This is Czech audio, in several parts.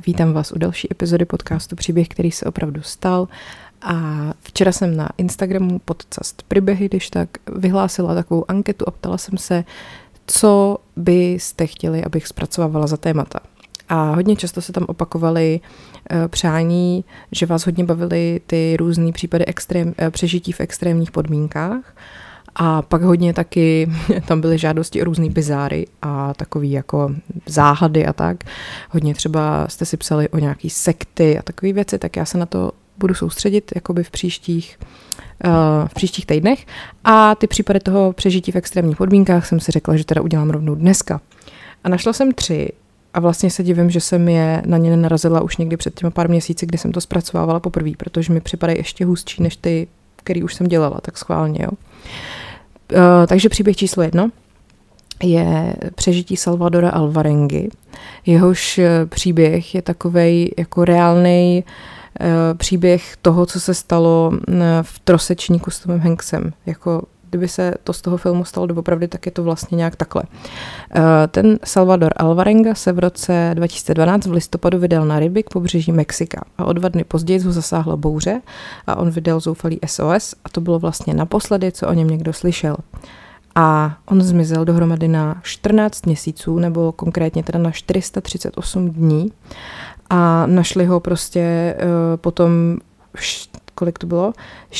Vítám vás u další epizody podcastu Příběh, který se opravdu stal. A včera jsem na Instagramu podcast Příběhy, když tak vyhlásila takovou anketu a ptala jsem se, co byste chtěli, abych zpracovávala za témata. A hodně často se tam opakovaly přání, že vás hodně bavily ty různý případy přežití v extrémních podmínkách. A pak hodně taky tam byly žádosti o různý bizáry a takový jako záhady a tak. Hodně třeba jste si psali o nějaký sekty a takové věci, tak já se na to budu soustředit jakoby v příštích týdnech. A ty případy toho přežití v extrémních podmínkách jsem si řekla, že teda udělám rovnou dneska. A našla jsem 3 a vlastně se divím, že jsem na ně nenarazila už někdy před těma pár měsíci, kdy jsem to zpracovávala poprvé, protože mi připadají ještě hustší než ty, který už jsem dělala, tak schválně, jo. Takže příběh číslo 1 je přežití Salvadora Alvarengy. Jehož příběh je takovej jako reálnej příběh toho, co se stalo v Trosečníku s Tomem Hanksem. Jako kdyby se to z toho filmu stalo doopravdy, tak je to vlastně nějak takhle. Ten Salvador Alvarenga se v roce 2012 v listopadu vydal na ryby k pobřeží Mexika a o 2 dny později ho zasáhla bouře a on vydal zoufalý SOS a to bylo vlastně naposledy, co o něm někdo slyšel. A on zmizel dohromady na 14 měsíců, nebo konkrétně teda na 438 dní a našli ho prostě potom, kolik to bylo?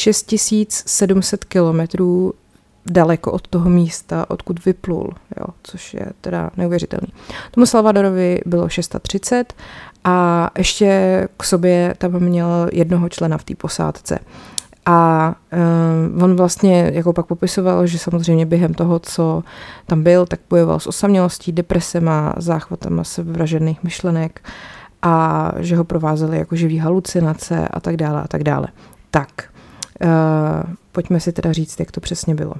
6700 kilometrů daleko od toho místa, odkud vyplul, jo, což je teda neuvěřitelný. Tomu Salvadorovi bylo 630 a ještě k sobě tam měl jednoho člena v té posádce. A on vlastně jako pak popisoval, že samozřejmě během toho, co tam byl, tak bojoval s osamělostí, depresema, záchvatama sebevražedných myšlenek a že ho provázely jako živý halucinace a tak dále a tak dále. Tak, pojďme si teda říct, jak to přesně bylo.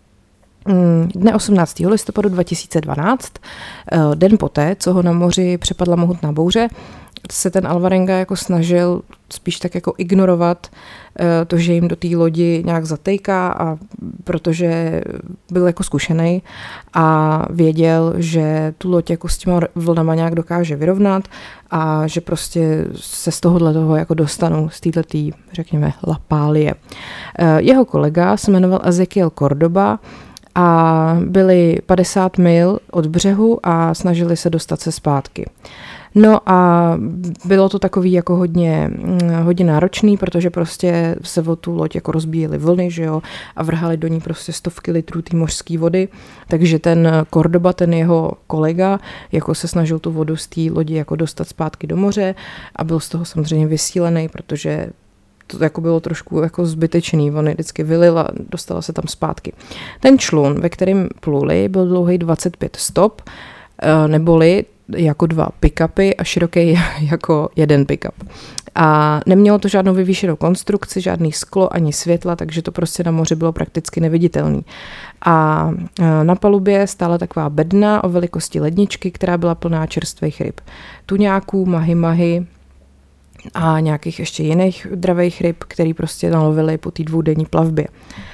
Dne 18. listopadu 2012, den poté, co ho na moři přepadla mohutná bouře, se ten Alvarenga jako snažil spíš tak jako ignorovat to, že jim do té lodi nějak zatejká, a protože byl jako zkušenej a věděl, že tu loď jako s těma vlnama nějak dokáže vyrovnat a že prostě se z tohohle toho jako dostanou z této, řekněme, lapálie. Jeho kolega se jmenoval Ezequiel Cordoba a byli 50 mil od břehu a snažili se dostat se zpátky. No a bylo to takový jako hodně náročný, protože prostě se o tu loď jako rozbíjely vlny, že jo, a vrhali do ní prostě 100 litrů té mořské vody, takže ten Cordoba, ten jeho kolega, jako se snažil tu vodu z té lodi jako dostat zpátky do moře a byl z toho samozřejmě vysílený, protože to jako bylo trošku jako zbytečný, on vždycky vylil a dostala se tam zpátky. Ten člun, ve kterém pluli, byl dlouhý 25 stop, neboli jako 2 pick-upy a široký jako 1 pick-up. A nemělo to žádnou vyvýšenou konstrukci, žádný sklo ani světla, takže to prostě na moři bylo prakticky neviditelný. A na palubě stála taková bedna o velikosti ledničky, která byla plná čerstvých ryb. Tuňáků, mahy a nějakých ještě jiných dravých ryb, který prostě nalovili po té 2denní plavbě.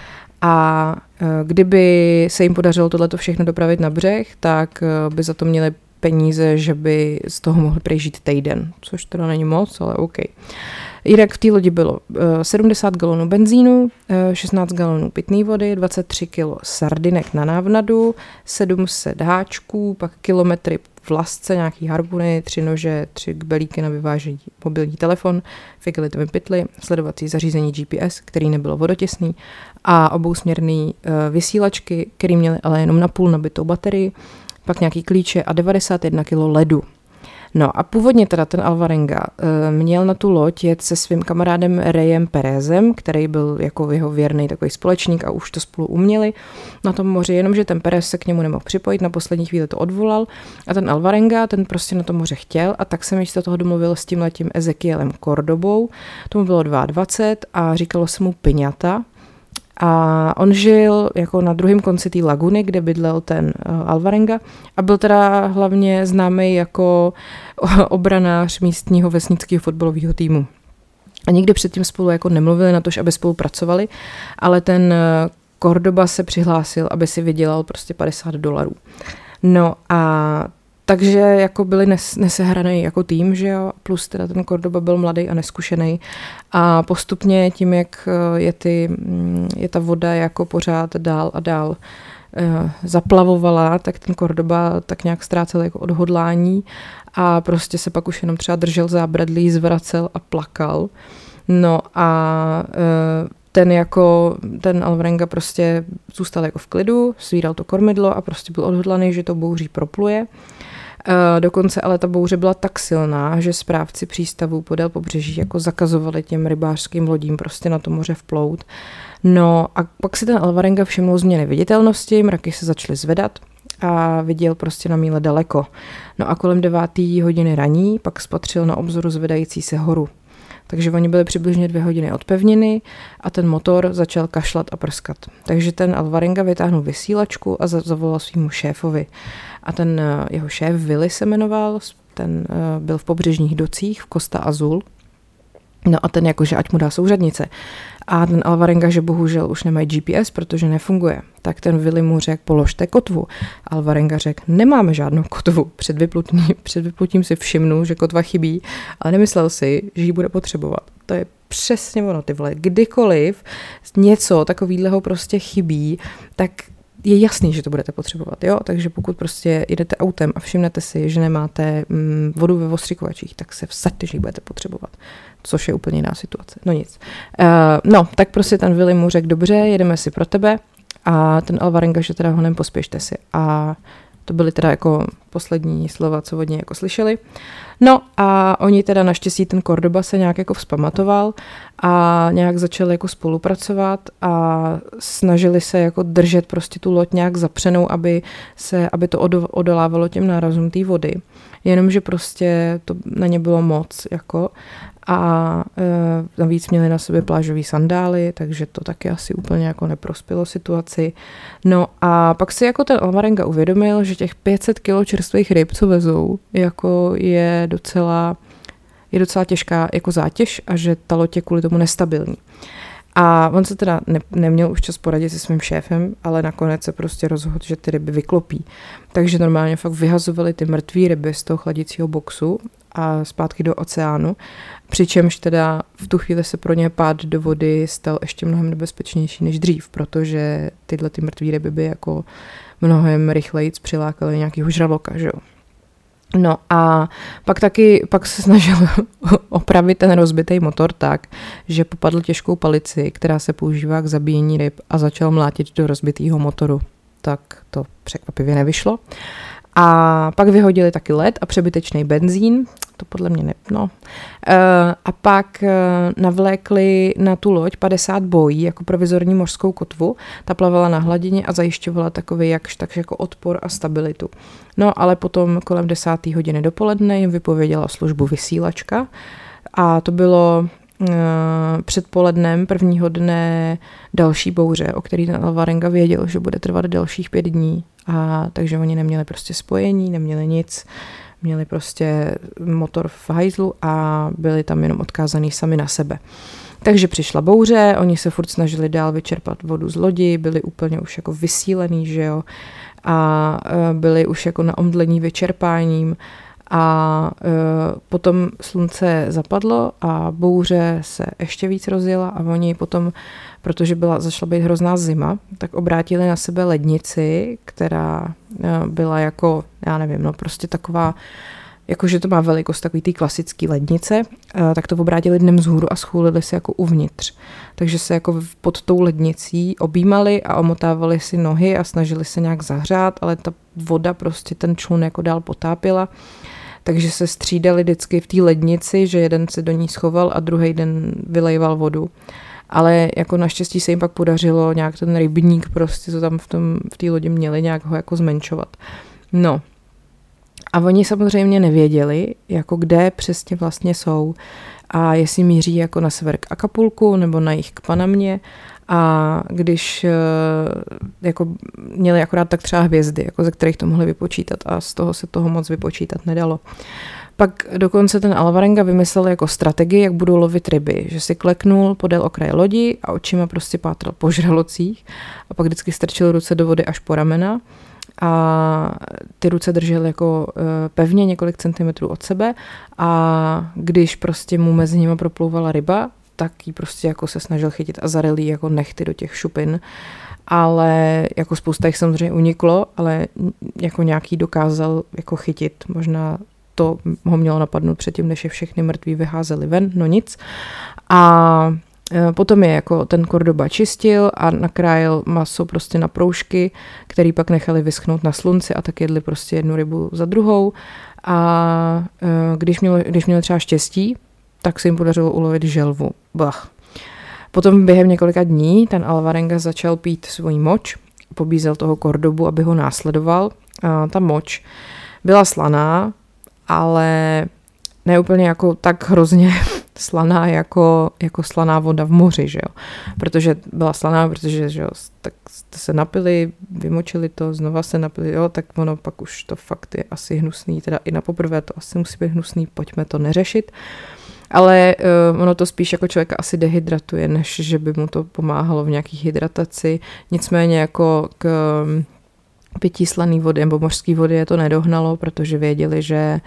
A kdyby se jim podařilo tohleto všechno dopravit na břeh, tak by za to měli peníze, že by z toho mohli přežít týden, což teda není moc, ale OK. Jinak v té lodi bylo 70 galonů benzínu, 16 galonů pitné vody, 23 kilo sardinek na návnadu, 700 háčků, pak kilometry v lasce, nějaký harpuny, 3 nože, 3 kbelíky na vyvážení, mobilní telefon, v igelitovém pytli, sledovací zařízení GPS, který nebylo vodotěsný, a obousměrný vysílačky, který měly ale jenom na půl nabitou baterii, pak nějaký klíče a 91 kilo ledu. No a původně teda ten Alvarenga měl na tu loď jet se svým kamarádem Rayem Perezem, který byl jako jeho věrný takový společník a už to spolu uměli na tom moři, jenomže ten Perez se k němu nemohl připojit, na poslední chvíli to odvolal a ten Alvarenga, ten prostě na to moře chtěl a tak se místo toho domluvil s tímhletím Ezequielem Cordobou, tomu bylo 22 a říkalo se mu Piñata. A on žil jako na druhém konci té laguny, kde bydlel ten Alvarenga a byl teda hlavně známý jako obranář místního vesnického fotbalového týmu. A nikdy předtím spolu jako nemluvili na to, aby spolupracovali, ale ten Cordoba se přihlásil, aby si vydělal prostě $50. No a takže jako byli nesehraný jako tým, že jo, plus teda ten Cordoba byl mladý a neskušený a postupně tím, jak je ta voda jako pořád dál a dál zaplavovala, tak ten Cordoba tak nějak ztrácel jako odhodlání a prostě se pak už jenom třeba držel zábradlí, zvracel a plakal. No a ten Alvarenga prostě zůstal jako v klidu, svíral to kormidlo a prostě byl odhodlaný, že to bouří propluje. Dokonce ale ta bouře byla tak silná, že správci přístavů podél pobřeží jako zakazovali těm rybářským lodím prostě na to moře vplout. No a pak si ten Alvarenga všiml změny viditelnosti, mraky se začaly zvedat a viděl prostě na míle daleko. No a kolem 9:00 raní pak spatřil na obzoru zvedající se horu. Takže oni byli přibližně 2 hodiny od pevniny a ten motor začal kašlat a prskat. Takže ten Alvarenga vytáhnul vysílačku a zavolal svýmu šéfovi. A ten jeho šéf Willy se jmenoval, ten byl v pobřežních docích v Costa Azul. No a ten jakože ať mu dá souřadnice. A ten Alvarenga, že bohužel už nemají GPS, protože nefunguje. Tak ten Willy mu řekl, položte kotvu. Alvarenga řekl, nemáme žádnou kotvu. Před vyplutím si všimnu, že kotva chybí, ale nemyslel si, že ji bude potřebovat. To je přesně ono, ty vole. Kdykoliv něco takového prostě chybí, tak je jasný, že to budete potřebovat, jo? Takže pokud prostě jedete autem a všimnete si, že nemáte vodu ve ostřikovačích, tak se vsaďte, že ji budete potřebovat. Což je úplně jiná situace. No nic. No, tak prostě ten Willy mu řekl, dobře, jedeme si pro tebe a ten Alvarenga, že teda honem pospěšte si. A to byly teda jako poslední slova, co od něj jako slyšeli. No a oni teda naštěstí ten Cordoba se nějak jako vzpamatoval a nějak začali jako spolupracovat a snažili se jako držet prostě tu loď nějak zapřenou, aby to odolávalo těm nárazům té vody. Jenomže prostě to na ně bylo moc jako a navíc měli na sobě plážové sandály, takže to taky asi úplně jako neprospělo situaci. No a pak si jako ten Alvarenga uvědomil, že těch 500 kilo čerstvých ryb, co vezou, jako je docela těžká jako zátěž a že ta loď je kvůli tomu nestabilní. A on se teda neměl už čas poradit se svým šéfem, ale nakonec se prostě rozhodl, že ty ryby vyklopí. Takže normálně fakt vyhazovali ty mrtvé ryby z toho chladicího boxu a zpátky do oceánu, přičemž teda v tu chvíli se pro ně pád do vody stal ještě mnohem nebezpečnější než dřív, protože tyhle ty mrtvé ryby by jako mnohem rychleji přilákaly nějakýho žraloka, že jo. No a pak se snažil opravit ten rozbitý motor tak, že popadl těžkou palici, která se používá k zabíjení ryb a začal mlátit do rozbitého motoru. Tak to překvapivě nevyšlo. A pak vyhodili taky led a přebytečný benzín, to podle mě a pak navlékli na tu loď 50 bojí jako provizorní mořskou kotvu. Ta plavala na hladině a zajišťovala takový tak jako odpor a stabilitu. No ale potom kolem 10:00 dopoledne jim vypověděla službu vysílačka a to bylo předpolednem prvního dne další bouře, o který ten Alvarenga věděl, že bude trvat dalších 5 dní. A takže oni neměli prostě spojení, neměli nic, měli prostě motor v hajzlu a byli tam jenom odkázaný sami na sebe. Takže přišla bouře, oni se furt snažili dál vyčerpat vodu z lodi, byli úplně už jako vysílený, že jo, a byli už jako na omdlení vyčerpáním a potom slunce zapadlo a bouře se ještě víc rozjela a oni potom, protože začala být hrozná zima, tak obrátili na sebe lednici, která byla jako, já nevím, no prostě taková, jakože to má velikost takový ty klasický lednice, tak to obrátili dnem vzhůru a schůlili se jako uvnitř. Takže se jako pod tou lednicí objímali a omotávali si nohy a snažili se nějak zahřát, ale ta voda prostě ten člun jako dál potápila. Takže se střídali vždycky v té lednici, že jeden se do ní schoval a druhý den vylejval vodu. Ale jako naštěstí se jim pak podařilo nějak ten rybník prostě, co tam v té lodi měli, nějak ho jako zmenšovat. No. A oni samozřejmě nevěděli, jako kde přesně vlastně jsou a jestli míří jako na sever k Acapulku nebo na jih k Panamě. A když jako měli akorát tak třeba hvězdy, jako ze kterých to mohli vypočítat a z toho se toho moc vypočítat nedalo. Pak dokonce ten Alvarenga vymyslel jako strategii, jak budou lovit ryby, že si kleknul podél okraje lodi a očima prostě pátral po žralocích a pak vždycky strčil ruce do vody až po ramena a ty ruce držel jako pevně několik centimetrů od sebe a když prostě mu mezi nimi proplouvala ryba, tak ji prostě jako se snažil chytit a zaril jí jako nehty do těch šupin. Ale jako spousta jich samozřejmě uniklo, ale jako nějaký dokázal jako chytit. Možná to ho mělo napadnout předtím, než je všechny mrtví vyházeli ven, no nic. A potom je jako ten Cordoba čistil a nakrájel maso prostě na proužky, který pak nechali vyschnout na slunci a tak jedli prostě jednu rybu za druhou. A když měl třeba štěstí, tak se jim podařilo ulovit želvu. Bach. Potom během několika dní ten Alvarenga začal pít svůj moč, pobízel toho Cordobu, aby ho následoval. A ta moč byla slaná, ale ne úplně jako tak hrozně slaná jako slaná voda v moři, že jo. Protože byla slaná, protože že jo, tak jste se napili, vymočili to, znova se napili, jo, tak ono pak už to fakt je asi hnusný, teda i na poprvé to asi musí být hnusný, pojďme to neřešit. Ale ono to spíš jako člověka asi dehydratuje, než že by mu to pomáhalo v nějakých hydrataci. Nicméně jako k pití slané vody nebo mořské vody je to nedohnalo, protože věděli, že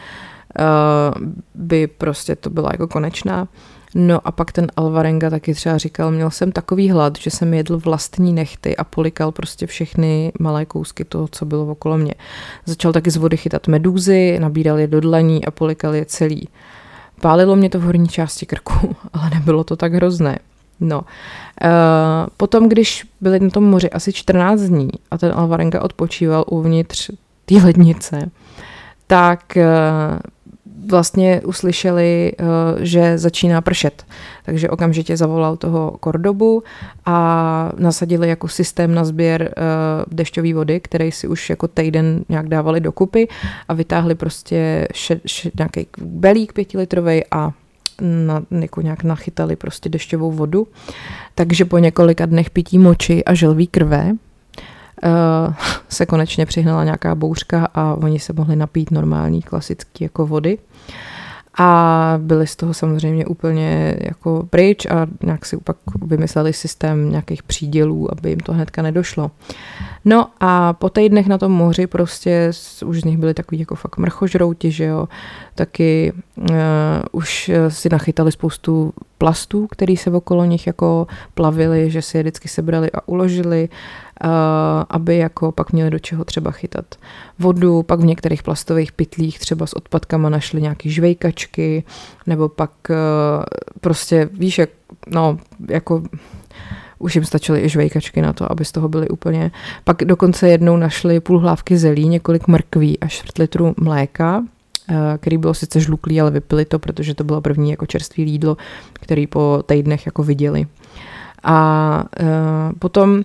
by prostě to byla jako konečná. No a pak ten Alvarenga taky třeba říkal, měl jsem takový hlad, že jsem jedl vlastní nehty a polikal prostě všechny malé kousky toho, co bylo okolo mě. Začal taky z vody chytat medúzy, nabíral je do dlaní a polikal je celý. Pálilo mě to v horní části krku, ale nebylo to tak hrozné. No. Potom, když byli na tom moři asi 14 dní a ten Alvarenga odpočíval uvnitř té lednice, tak vlastně uslyšeli, že začíná pršet. Takže okamžitě zavolal toho Cordobu a nasadili jako systém na sběr dešťové vody, který si už jako týden nějak dávali dokupy a vytáhli prostě nějaký belík 5litrovej a jako nějak nachytali prostě dešťovou vodu. Takže po několika dnech pití moči a želví krve se konečně přihnala nějaká bouřka a oni se mohli napít normální, klasický jako vody. A byli z toho samozřejmě úplně jako pryč a nějak si pak vymysleli systém nějakých přídělů, aby jim to hnedka nedošlo. No a po týdnech na tom moři prostě už z nich byli takový jako fakt mrchožrouti, že jo. Taky už si nachytali spoustu plastů, který se okolo nich jako plavili, že si je vždycky sebrali a uložili, aby jako pak měli do čeho třeba chytat vodu, pak v některých plastových pytlích třeba s odpadkama našli nějaký žvejkačky, nebo pak prostě víš, jako už jim stačily i žvejkačky na to, aby z toho byly úplně. Pak dokonce jednou našli půl hlávky zelí, několik mrkví a 4 litru mléka, který bylo sice žluklý, ale vypili to, protože to bylo první jako čerstvý jídlo, který po týdnech jako viděli. A potom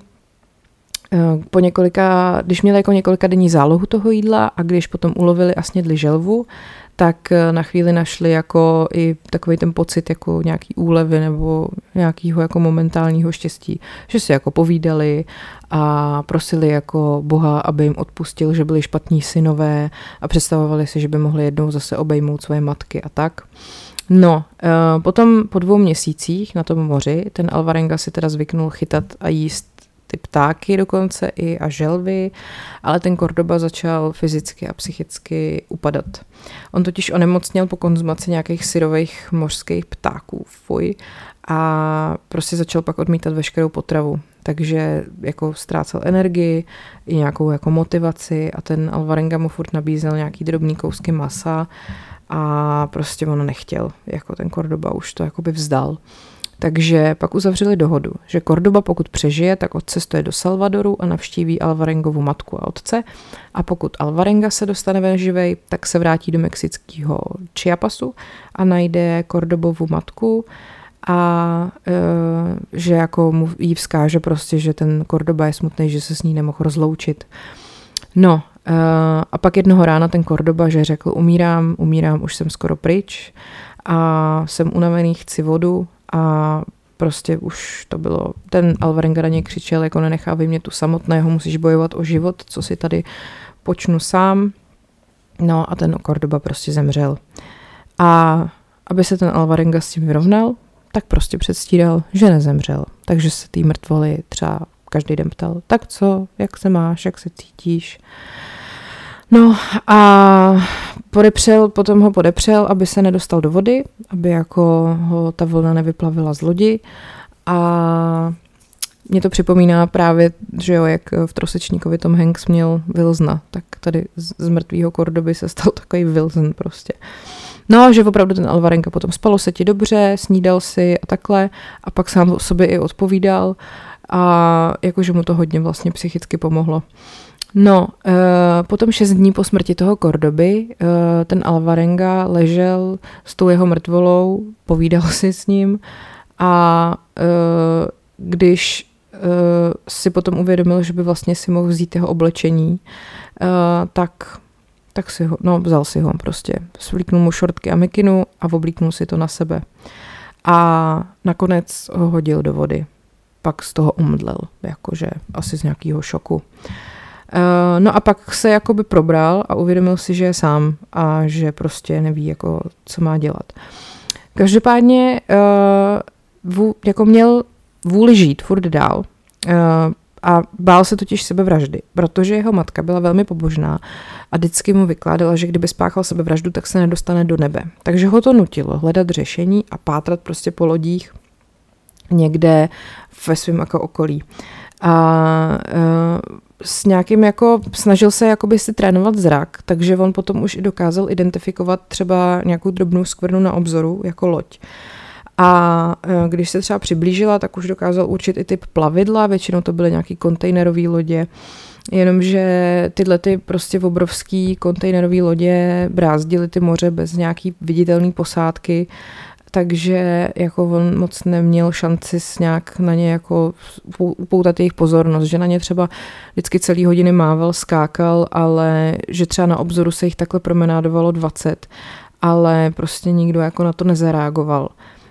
když měli jako několika denní zálohu toho jídla a když potom ulovili a snědli želvu, tak na chvíli našli jako i takový ten pocit jako nějaký úlevy nebo nějakého jako momentálního štěstí, že si jako povídali a prosili jako Boha, aby jim odpustil, že byli špatní synové a představovali si, že by mohli jednou zase obejmout své matky a tak. No, potom po 2 měsících na tom moři ten Alvarenga si teda zvyknul chytat a jíst ty ptáky dokonce i a želvy, ale ten Cordoba začal fyzicky a psychicky upadat. On totiž onemocněl po konzumaci nějakých syrových mořských ptáků, fuj, a prostě začal pak odmítat veškerou potravu. Takže jako ztrácel energii i nějakou jako motivaci a ten Alvarenga mu furt nabízel nějaký drobný kousky masa a prostě on nechtěl, jako ten Cordoba už to jakoby vzdal. Takže pak uzavřeli dohodu, že Cordoba pokud přežije, tak odcestuje do Salvadoru a navštíví Alvarengovu matku a otce a pokud Alvarenga se dostane ven živej, tak se vrátí do mexického Chiapasu a najde Cordobovu matku a že jako mu jí vzkáže prostě, že ten Cordoba je smutný, že se s ní nemohl rozloučit. No a pak jednoho rána ten Cordoba, že řekl umírám, už jsem skoro pryč a jsem unavený, chci vodu. A prostě už to bylo, ten Alvarenga na něj křičel, jako nenechávej mě tu samotného, musíš bojovat o život, co si tady počnu sám. No a ten Cordoba prostě zemřel. A aby se ten Alvarenga s tím vyrovnal, tak prostě předstíral, že nezemřel. Takže se té mrtvoly třeba každý den ptal, tak co, jak se máš, jak se cítíš. No a potom ho podepřel, aby se nedostal do vody, aby jako ho ta vlna nevyplavila z lodi. A mě to připomíná právě, že jo, jak v Trosečníkovi Tom Hanks měl Wilsona, tak tady z mrtvýho Cordoby se stal takový Wilson prostě. No, že opravdu ten Alvarenga potom spalo se ti dobře, snídal si a takhle a pak sám o sobě i odpovídal a jakože mu to hodně vlastně psychicky pomohlo. No, potom 6 dní po smrti toho Cordoby ten Alvarenga ležel s tou jeho mrtvolou, povídal si s ním a když si potom uvědomil, že by vlastně si mohl vzít jeho oblečení, tak si ho, vzal si ho prostě. Svlíknul mu šortky a mikinu a oblíknul si to na sebe. A nakonec ho hodil do vody. Pak z toho umdlel, jakože asi z nějakého šoku. No a pak se jakoby probral a uvědomil si, že je sám a že prostě neví, jako, co má dělat. Každopádně jako měl vůli žít furt dál a bál se totiž sebevraždy, protože jeho matka byla velmi pobožná a vždycky mu vykládala, že kdyby spáchal sebevraždu, tak se nedostane do nebe. Takže ho to nutilo hledat řešení a pátrat prostě po lodích někde ve svém jako okolí. A s nějakým jako snažil se jakoby si trénovat zrak, takže on potom už i dokázal identifikovat třeba nějakou drobnou skvrnu na obzoru jako loď. A když se třeba přiblížila, tak už dokázal určit i typ plavidla, většinou to byly nějaký kontejnerové lodě, jenomže tyhle ty prostě obrovský kontejnerové lodě brázdily ty moře bez nějaký viditelné posádky, takže jako on moc neměl šanci nějak na ně jako upoutat jejich pozornost, že na ně třeba vždycky celý hodiny mával, skákal, ale že třeba na obzoru se jich takhle promenádovalo 20, ale prostě nikdo jako na to nezareagoval.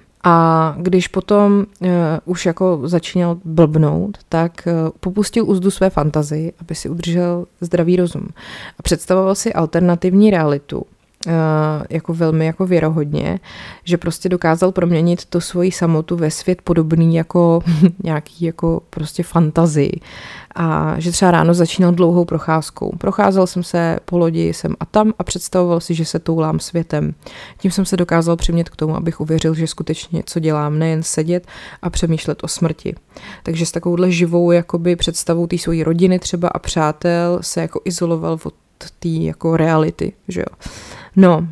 A když potom už jako začínal blbnout, tak popustil úzdu své fantazii, aby si udržel zdravý rozum. A představoval si alternativní realitu, jako velmi jako věrohodně, že prostě dokázal proměnit tu svoji samotu ve svět podobný jako nějaký jako prostě fantazii. A že třeba ráno začínal dlouhou procházkou. Procházel jsem se po lodi sem a tam a představoval si, že se toulám světem. Tím jsem se dokázal přimět k tomu, abych uvěřil, že skutečně něco dělám, nejen sedět a přemýšlet o smrti. Takže s takovouhle živou jakoby představou té svojí rodiny třeba a přátel se jako izoloval od té jako reality, že jo. No,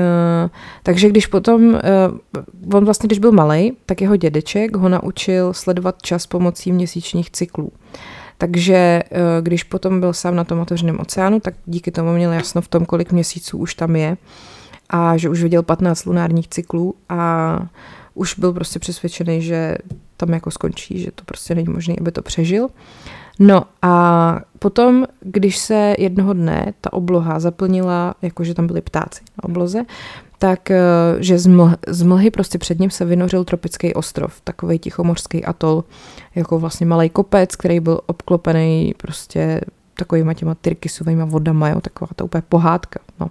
takže když potom, on vlastně, když byl malej, tak jeho dědeček ho naučil sledovat čas pomocí měsíčních cyklů. Takže když potom byl sám na tom otevřeném oceánu, tak díky tomu měl jasno v tom, kolik měsíců už tam je a že už viděl 15 lunárních cyklů a už byl prostě přesvědčený, že tam jako skončí, že to prostě není možné, aby to přežil. No a potom, když se jednoho dne ta obloha zaplnila, jakože tam byli ptáci na obloze, tak že z mlhy prostě před ním se vynořil tropický ostrov, takovej tichomořský atol, jako vlastně malej kopec, který byl obklopený prostě takovýma těma tyrkysovýma vodama, jo, taková ta úplně pohádka. No.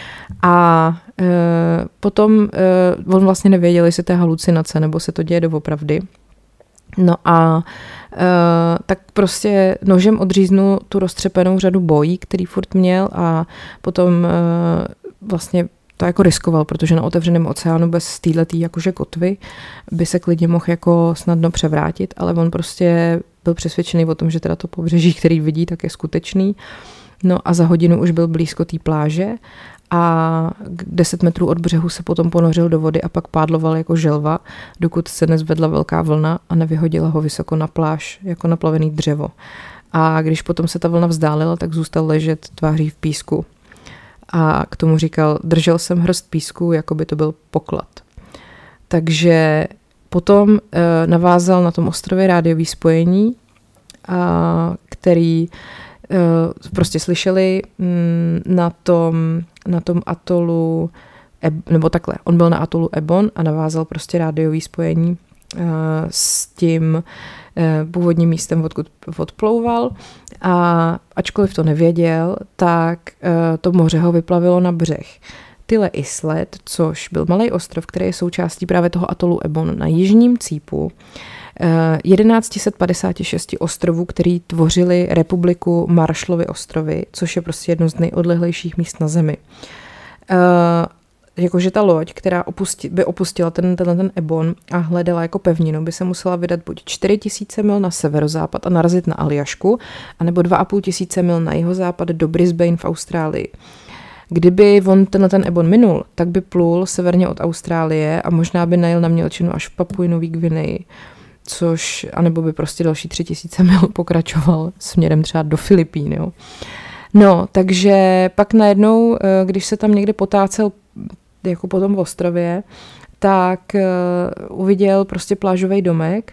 A potom on vlastně nevěděl, jestli to je halucinace, nebo se to děje doopravdy. No a tak prostě nožem odříznul tu roztřepenou řadu bojí, který furt měl a potom vlastně to jako riskoval, protože na otevřeném oceánu bez téhletý jakože kotvy by se klidně mohl jako snadno převrátit, ale on prostě byl přesvědčený o tom, že teda to pobřeží, který vidí, tak je skutečný. No a za hodinu už byl blízko té pláže a 10 metrů od břehu se potom ponořil do vody a pak pádloval jako želva, dokud se nezvedla velká vlna a nevyhodila ho vysoko na pláž jako naplavený dřevo. A když potom se ta vlna vzdálila, tak zůstal ležet tváří v písku. A k tomu říkal, držel jsem hrst písku, jako by to byl poklad. Takže potom navázal na tom ostrově rádiový spojení, který prostě slyšeli na tom atolu, nebo takhle, on byl na atolu Ebon a navázal prostě rádiový spojení s tím původním místem, odkud odplouval a ačkoliv to nevěděl, tak to moře ho vyplavilo na břeh. Tyle Islet, což byl malý ostrov, který je součástí právě toho atolu Ebon na jižním cípu, 1156 ostrovů, který tvořili republiku Marshallovy ostrovy, což je prostě jedno z nejodlehlejších míst na Zemi. Jakože ta loď, která by opustila ten Ebon a hledala jako pevninu, by se musela vydat buď 4000 mil na severozápad a narazit na Aljašku, anebo 2500 mil na jihozápad do Brisbane v Austrálii. Kdyby on ten Ebon minul, tak by plul severně od Austrálie a možná by najel na mělčinu až v Papui Nový Gvineji, anebo by prostě další 3000 mil pokračoval směrem třeba do Filipín, jo. No, takže pak najednou, když se tam někde potácel jako po tom ostrově, tak uviděl prostě plážový domek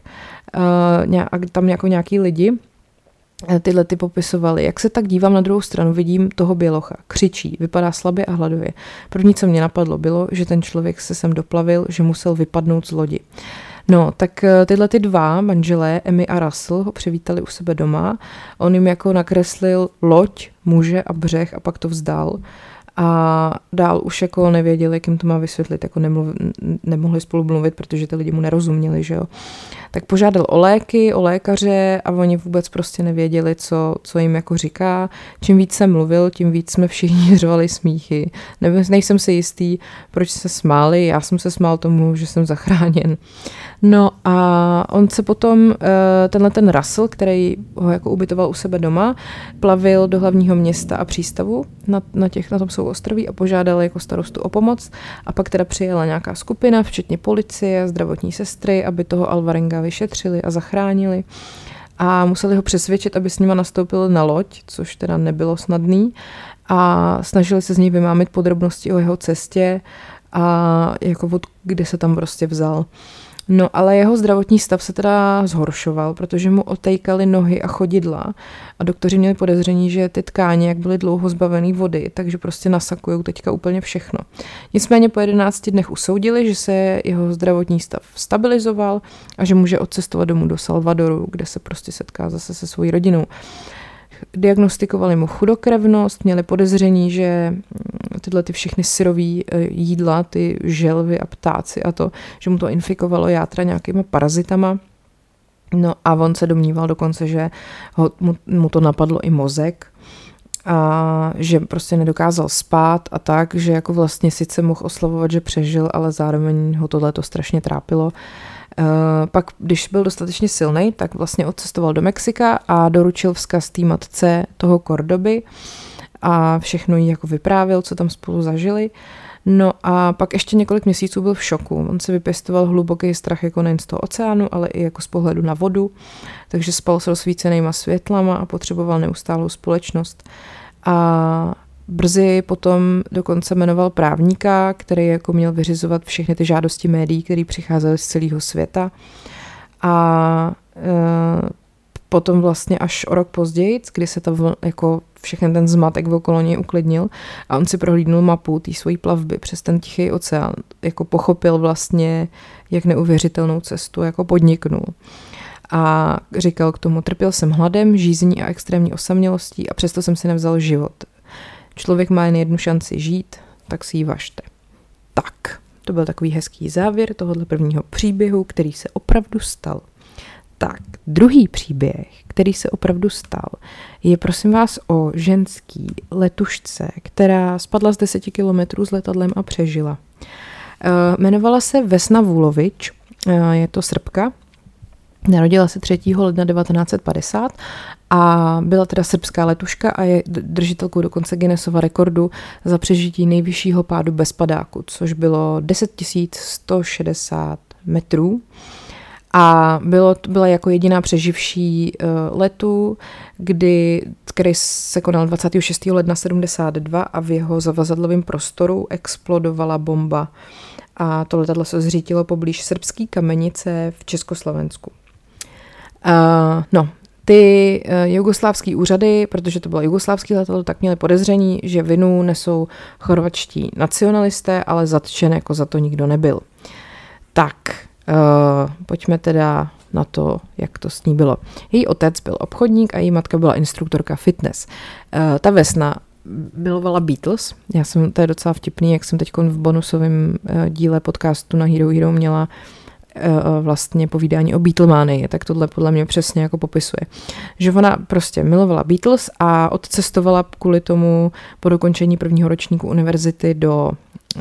a tam jako nějaký lidi tyhle ty popisovali. Jak se tak dívám na druhou stranu, vidím toho bělocha, křičí, vypadá slabě a hladově. První, co mě napadlo, bylo, že ten člověk se sem doplavil, že musel vypadnout z lodi. No, tak tyhle ty dva manželé, Emmy a Russell, ho přivítali u sebe doma. On jim jako nakreslil loď, muže a břeh a pak to vzdal. A dál už jako nevěděli, jak jim to má vysvětlit, jako nemohli spolu mluvit, protože ty lidi mu nerozuměli, že jo. Tak požádal o léky, o lékaře a oni vůbec prostě nevěděli, co jim jako říká. Čím víc jsem mluvil, tím víc jsme všichni řvali smíchy. Nejsem si jistý, proč se smáli, já jsem se smál tomu, že jsem zachráněn. No a on se potom, ten Russell, který ho jako ubytoval u sebe doma, plavil do hlavního města a přístavu na tom souostroví a požádal jako starostu o pomoc a pak teda přijela nějaká skupina, včetně policie, zdravotní sestry, aby toho Alvarenga vyšetřili a zachránili a museli ho přesvědčit, aby s nima nastoupil na loď, což teda nebylo snadný a snažili se z něj vymámit podrobnosti o jeho cestě a jako kde se tam prostě vzal. No, ale jeho zdravotní stav se teda zhoršoval, protože mu otejkaly nohy a chodidla a doktoři měli podezření, že ty tkáně, jak byly dlouho zbavený vody, takže prostě nasakujou teďka úplně všechno. Nicméně po 11 dnech usoudili, že se jeho zdravotní stav stabilizoval a že může odcestovat domů do Salvadoru, kde se prostě setká zase se svojí rodinou. Diagnostikovali mu chudokrevnost, měli podezření, že tyhle ty všechny syrový jídla, ty želvy a ptáci a to, že mu to infikovalo játra nějakýma parazitama. No a on se domníval dokonce, že mu to napadlo i mozek a že prostě nedokázal spát a tak, že jako vlastně sice mohl oslavovat, že přežil, ale zároveň ho tohleto strašně trápilo. Pak, když byl dostatečně silný, tak vlastně odcestoval do Mexika a doručil vzkaz té matce toho Cordoby a všechno jí jako vyprávěl, co tam spolu zažili. No a pak ještě několik měsíců byl v šoku. On si vypěstoval hluboký strach jako nejen z toho oceánu, ale i jako z pohledu na vodu, takže spal s rozsvícenýma světlama a potřeboval neustálou společnost. A brzy potom dokonce jmenoval právníka, který jako měl vyřizovat všechny ty žádosti médií, které přicházely z celého světa. A potom vlastně až o rok později, kdy se jako všechny ten zmatek okolo něj uklidnil a on si prohlídnul mapu té svojí plavby přes ten Tichý oceán, jako pochopil vlastně, jak neuvěřitelnou cestu jako podniknul. A říkal k tomu, trpěl jsem hladem, žízní a extrémní osamělostí a přesto jsem si nevzal život. Člověk má jen jednu šanci žít, tak si ji važte. Tak, to byl takový hezký závěr tohohle prvního příběhu, který se opravdu stal. Tak, druhý příběh, který se opravdu stal, je prosím vás o ženský letušce, která spadla z 10 kilometrů s letadlem a přežila. Jmenovala se Vesna Vulovič, je to Srbka, narodila se 3. ledna 1950 a byla teda srbská letuška a je držitelkou dokonce Guinnessova rekordu za přežití nejvyššího pádu bez padáku, což bylo 10 160 metrů. A byla jako jediná přeživší letu, který se konal 26. ledna 72 a v jeho zavazadlovém prostoru explodovala bomba. A to letadlo se zřítilo poblíž srbské Kamenice v Československu. Ty jugoslávský úřady, protože to bylo jugoslávský letadlo, tak měli podezření, že vinu nesou chorvatští nacionalisté, ale zatčen jako za to nikdo nebyl. Tak, pojďme teda na to, jak to s ní bylo. Její otec byl obchodník a její matka byla instruktorka fitness. Ta Vesna milovala Beatles. To je docela vtipný, jak jsem teď v bonusovém díle podcastu na Hero Hero měla vlastně povídání o Beatlemanii, tak tohle podle mě přesně jako popisuje. Že ona prostě milovala Beatles a odcestovala kvůli tomu po dokončení prvního ročníku univerzity do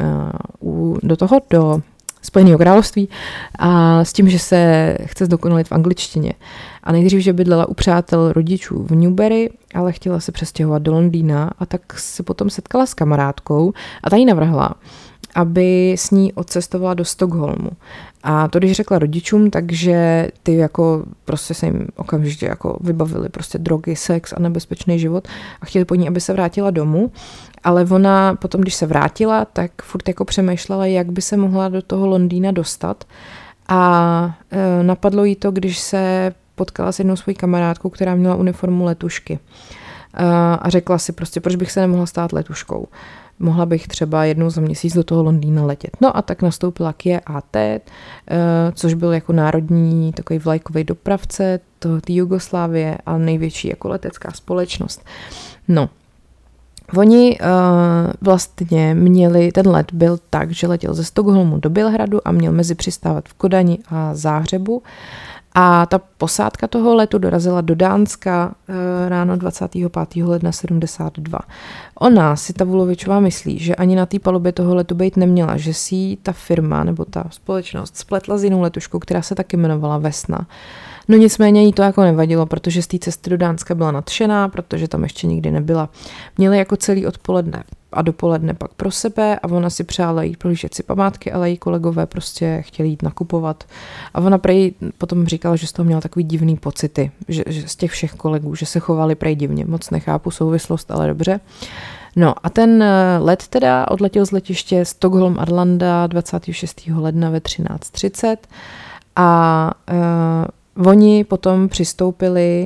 Spojeného království a s tím, že se chce zdokonalit v angličtině. A nejdřív, že bydlela u přátel rodičů v Newbury, ale chtěla se přestěhovat do Londýna a tak se potom setkala s kamarádkou a ta jí navrhla, aby s ní odcestovala do Stockholmu. A to, když řekla rodičům, takže ty jako prostě se jim okamžitě jako vybavili prostě drogy, sex a nebezpečný život a chtěli po ní, aby se vrátila domů. Ale ona potom, když se vrátila, tak furt jako přemýšlela, jak by se mohla do toho Londýna dostat. A napadlo jí to, když se potkala s jednou svojí kamarádkou, která měla uniformu letušky. A řekla si prostě, proč bych se nemohla stát letuškou. Mohla bych třeba jednou za měsíc do toho Londýna letět. No a tak nastoupila k JAT, což byl jako národní takový vlajkový dopravce té Jugoslávie a největší jako letecká společnost. No, oni vlastně měli, ten let byl tak, že letěl ze Stockholmu do Bělehradu a měl mezi přistávat v Kodani a Záhřebu. A ta posádka toho letu dorazila do Dánska ráno 25. ledna 72. Ona si ta Vulovičová myslí, že ani na té palubě toho letu být neměla, že si ta firma nebo ta společnost spletla s jinou letuškou, která se taky jmenovala Vesna. No nicméně jí to jako nevadilo, protože z té cesty do Dánska byla nadšená, protože tam ještě nikdy nebyla. Měli jako celý odpoledne a dopoledne pak pro sebe a ona si přála jít prohlížet si památky, ale její kolegové prostě chtěli jít nakupovat. A ona prej potom říkala, že z toho měla takový divný pocity, že z těch všech kolegů, že se chovali prej divně. Moc nechápu souvislost, ale dobře. No a ten let teda odletěl z letiště Stockholm-Arlanda 26. ledna ve 13:30 a oni potom přistoupili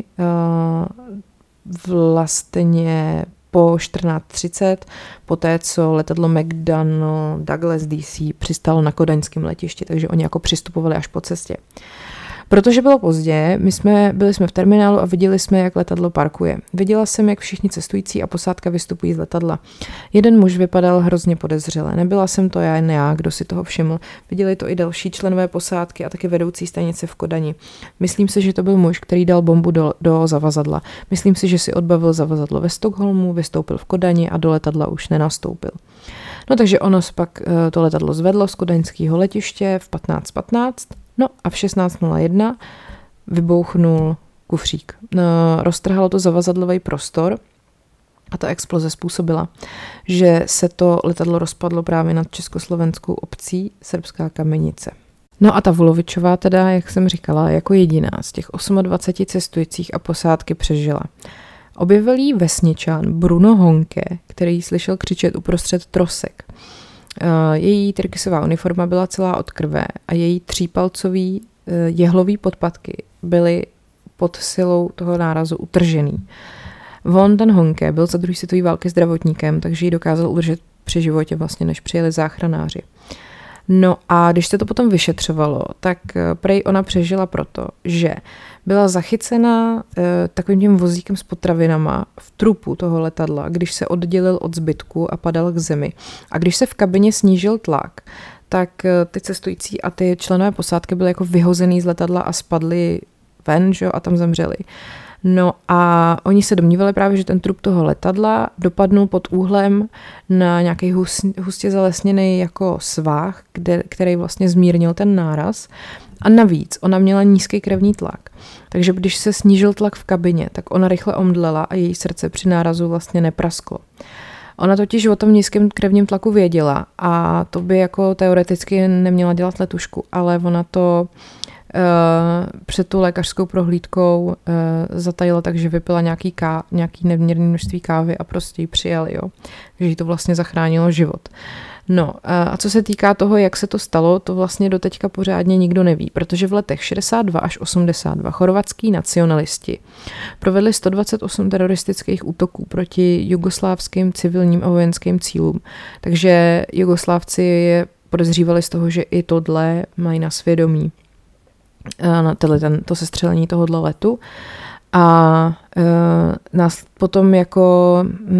vlastně po 14:30, poté co letadlo McDonnell Douglas DC přistálo na kodaňském letišti, takže oni jako přistupovali až po cestě. Protože bylo pozdě, byli jsme v terminálu a viděli jsme, jak letadlo parkuje. Viděla jsem, jak všichni cestující a posádka vystupují z letadla. Jeden muž vypadal hrozně podezřele. Nebyla jsem to jen já, kdo si toho všiml. Viděli to i další členové posádky a taky vedoucí stanice v Kodani. Myslím si, že to byl muž, který dal bombu do zavazadla. Myslím si, že si odbavil zavazadlo ve Stockholmu, vystoupil v Kodani a do letadla už nenastoupil. No takže ono se pak to letadlo zvedlo z kodaňského letiště v 15:15. No a v 16:01 vybouchnul kufřík. Roztrhalo to zavazadlový prostor a ta exploze způsobila, že se to letadlo rozpadlo právě nad československou obcí Srbská Kamenice. No a ta Vulovičová teda, jak jsem říkala, jako jediná z těch 28 cestujících a posádky přežila. Objevil jí vesničan Bruno Honke, který slyšel křičet uprostřed trosek. Její tyrkysová uniforma byla celá od krve a její třípalcový jehlový podpatky byly pod silou toho nárazu utržený. Ten Honke byl za druhé světové války zdravotníkem, takže ji dokázal udržet při životě vlastně, než přijeli záchranáři. No a když se to potom vyšetřovalo, tak prej ona přežila proto, že byla zachycena takovým tím vozíkem s potravinama v trupu toho letadla, když se oddělil od zbytku a padal k zemi. A když se v kabině snížil tlak, tak ty cestující a ty členové posádky byly jako vyhozený z letadla a spadli ven, že? A tam zemřeli. No a oni se domnívali právě, že ten trup toho letadla dopadnul pod úhlem na nějaký hustě zalesněný jako svah, který vlastně zmírnil ten náraz. A navíc ona měla nízký krevní tlak. Takže když se snížil tlak v kabině, tak ona rychle omdlela a její srdce při nárazu vlastně neprasklo. Ona totiž o tom nízkém krevním tlaku věděla a to by jako teoreticky neměla dělat letušku, ale ona to před tu lékařskou prohlídkou zatajila tak, že vypila nějaký neměrné množství kávy a prostě ji přijali, jo. Takže jí to vlastně zachránilo život. No a co se týká toho, jak se to stalo, to vlastně doteďka pořádně nikdo neví, protože v letech 62 až 82 chorvatský nacionalisti provedli 128 teroristických útoků proti jugoslávským civilním a vojenským cílům. Takže Jugoslávci je podezřívali z toho, že i tohle mají na svědomí. Na to sestřelení tohohle letu. A Nás potom jako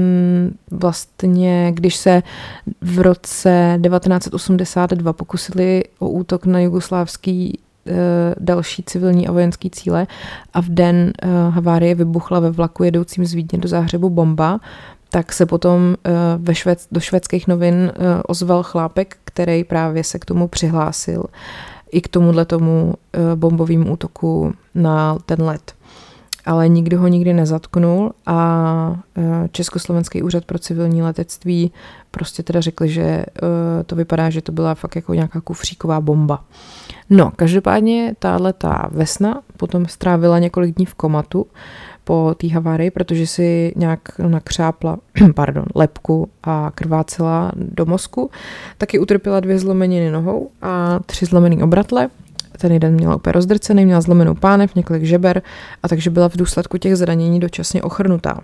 vlastně, když se v roce 1982 pokusili o útok na jugoslávský další civilní a vojenský cíle a v den havárie vybuchla ve vlaku jedoucím z Vídně do Záhřebu bomba, tak se potom do švédských novin ozval chlápek, který právě se k tomu přihlásil i k tomu bombovému útoku na ten let. Ale nikdo ho nikdy nezatknul a Československý úřad pro civilní letectví prostě teda řekli, že to vypadá, že to byla fakt jako nějaká kufříková bomba. No, každopádně ta Vesna potom strávila několik dní v komatu po té havárii, protože si nějak nakřápla lebku a krvácela do mozku. Taky utrpěla 2 zlomeniny nohou a 3 zlomený obratle. Ten jeden měla úplně rozdrcený, měla zlomenou pánev, několik žeber a takže byla v důsledku těch zranění dočasně ochrnutá.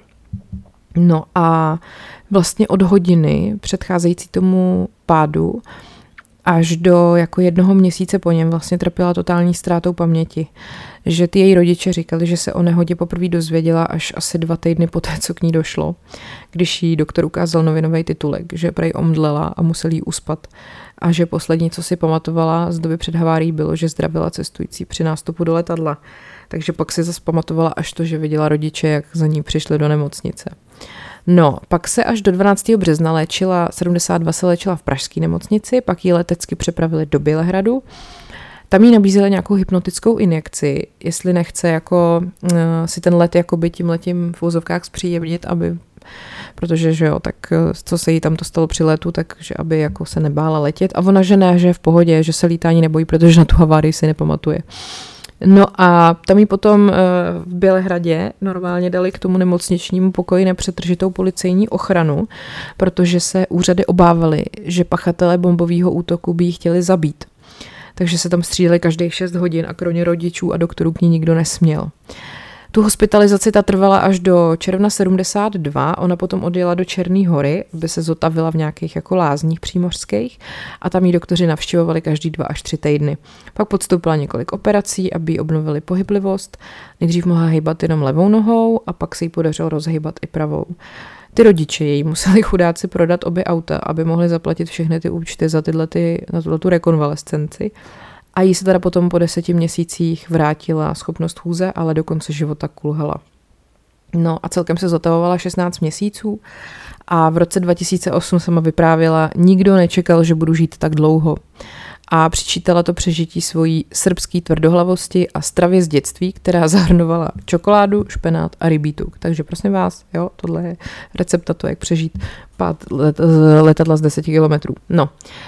No a vlastně od hodiny předcházející tomu pádu až do jako 1 měsíce po něm vlastně trpěla totální ztrátou paměti. Že ty její rodiče říkali, že se o nehodě poprvé dozvěděla až asi 2 týdny poté, co k ní došlo, když jí doktor ukázal novinový titulek, že prej omdlela a musel jí uspat a že poslední, co si pamatovala z doby před havárií, bylo, že zdravila cestující při nástupu do letadla. Takže pak si zase pamatovala až to, že viděla rodiče, jak za ní přišli do nemocnice. No, pak se až do 12. března 72 se léčila v pražské nemocnici, pak ji letecky přepravili do Bělehradu. Tam jí nabízeli nějakou hypnotickou injekci, jestli nechce jako si ten let jakoby tímhletím v úzovkách zpříjemnit, protože že jo, tak co se jí tam to stalo při letu, takže aby jako se nebála letět. A ona, že ne, že je v pohodě, že se lítání nebojí, protože na tu havárii si nepamatuje. No a tam jí potom v Bělehradě normálně dali k tomu nemocničnímu pokoji nepřetržitou policejní ochranu, protože se úřady obávaly, že pachatelé bombového útoku by ji chtěli zabít. Takže se tam střídali každých 6 hodin a kromě rodičů a doktorů k ní nikdo nesměl. Tu hospitalizaci ta trvala až do června 72, ona potom odjela do Černé Hory, aby se zotavila v nějakých jako lázních přímořských a tam jí doktoři navštěvovali každý 2 až 3 týdny. Pak podstoupila několik operací, aby jí obnovili pohyblivost, nejdřív mohla hýbat jenom levou nohou a pak se jí podařilo rozhýbat i pravou. Ty rodiče její museli chudáci prodat obě auta, aby mohli zaplatit všechny ty účty za na tu rekonvalescenci. A jí se teda potom po 10 měsících vrátila schopnost chůze, ale do konce života kulhala. No a celkem se zotavovala 16 měsíců a v roce 2008 sama vyprávěla, nikdo nečekal, že budu žít tak dlouho. A přičítala to přežití svojí srbský tvrdohlavosti a stravě z dětství, která zahrnovala čokoládu, špenát a rybí tuk. Takže prosím vás, jo, tohle je recept na to, jak přežít pád letadla z 10 kilometrů. No,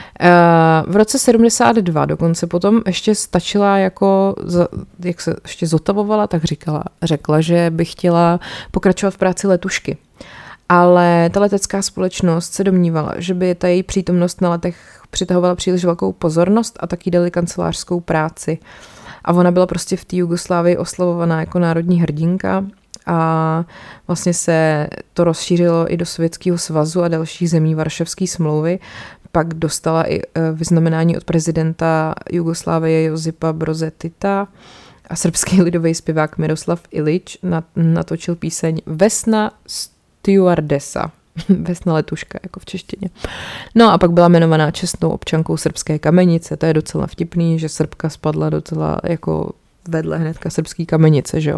v roce 72 dokonce potom ještě stačila jako, jak se ještě zotavovala, tak řekla, že by chtěla pokračovat v práci letušky. Ale ta letecká společnost se domnívala, že by ta její přítomnost na letech přitahovala příliš velkou pozornost a taky dali kancelářskou práci. A ona byla prostě v té Jugoslávii oslavovaná jako národní hrdinka a vlastně se to rozšířilo i do Sovětského svazu a dalších zemí Varšavské smlouvy. Pak dostala i vyznamenání od prezidenta Jugoslávie Josipa Broze Tita a srbský lidový zpěvák Miroslav Ilić natočil píseň Vesna stewardesa. Vesna letuška, jako v češtině. No a pak byla jmenovaná čestnou občankou srbské Kamenice. To je docela vtipný, že Srbka spadla docela jako vedle hnedka srbský Kamenice, že jo.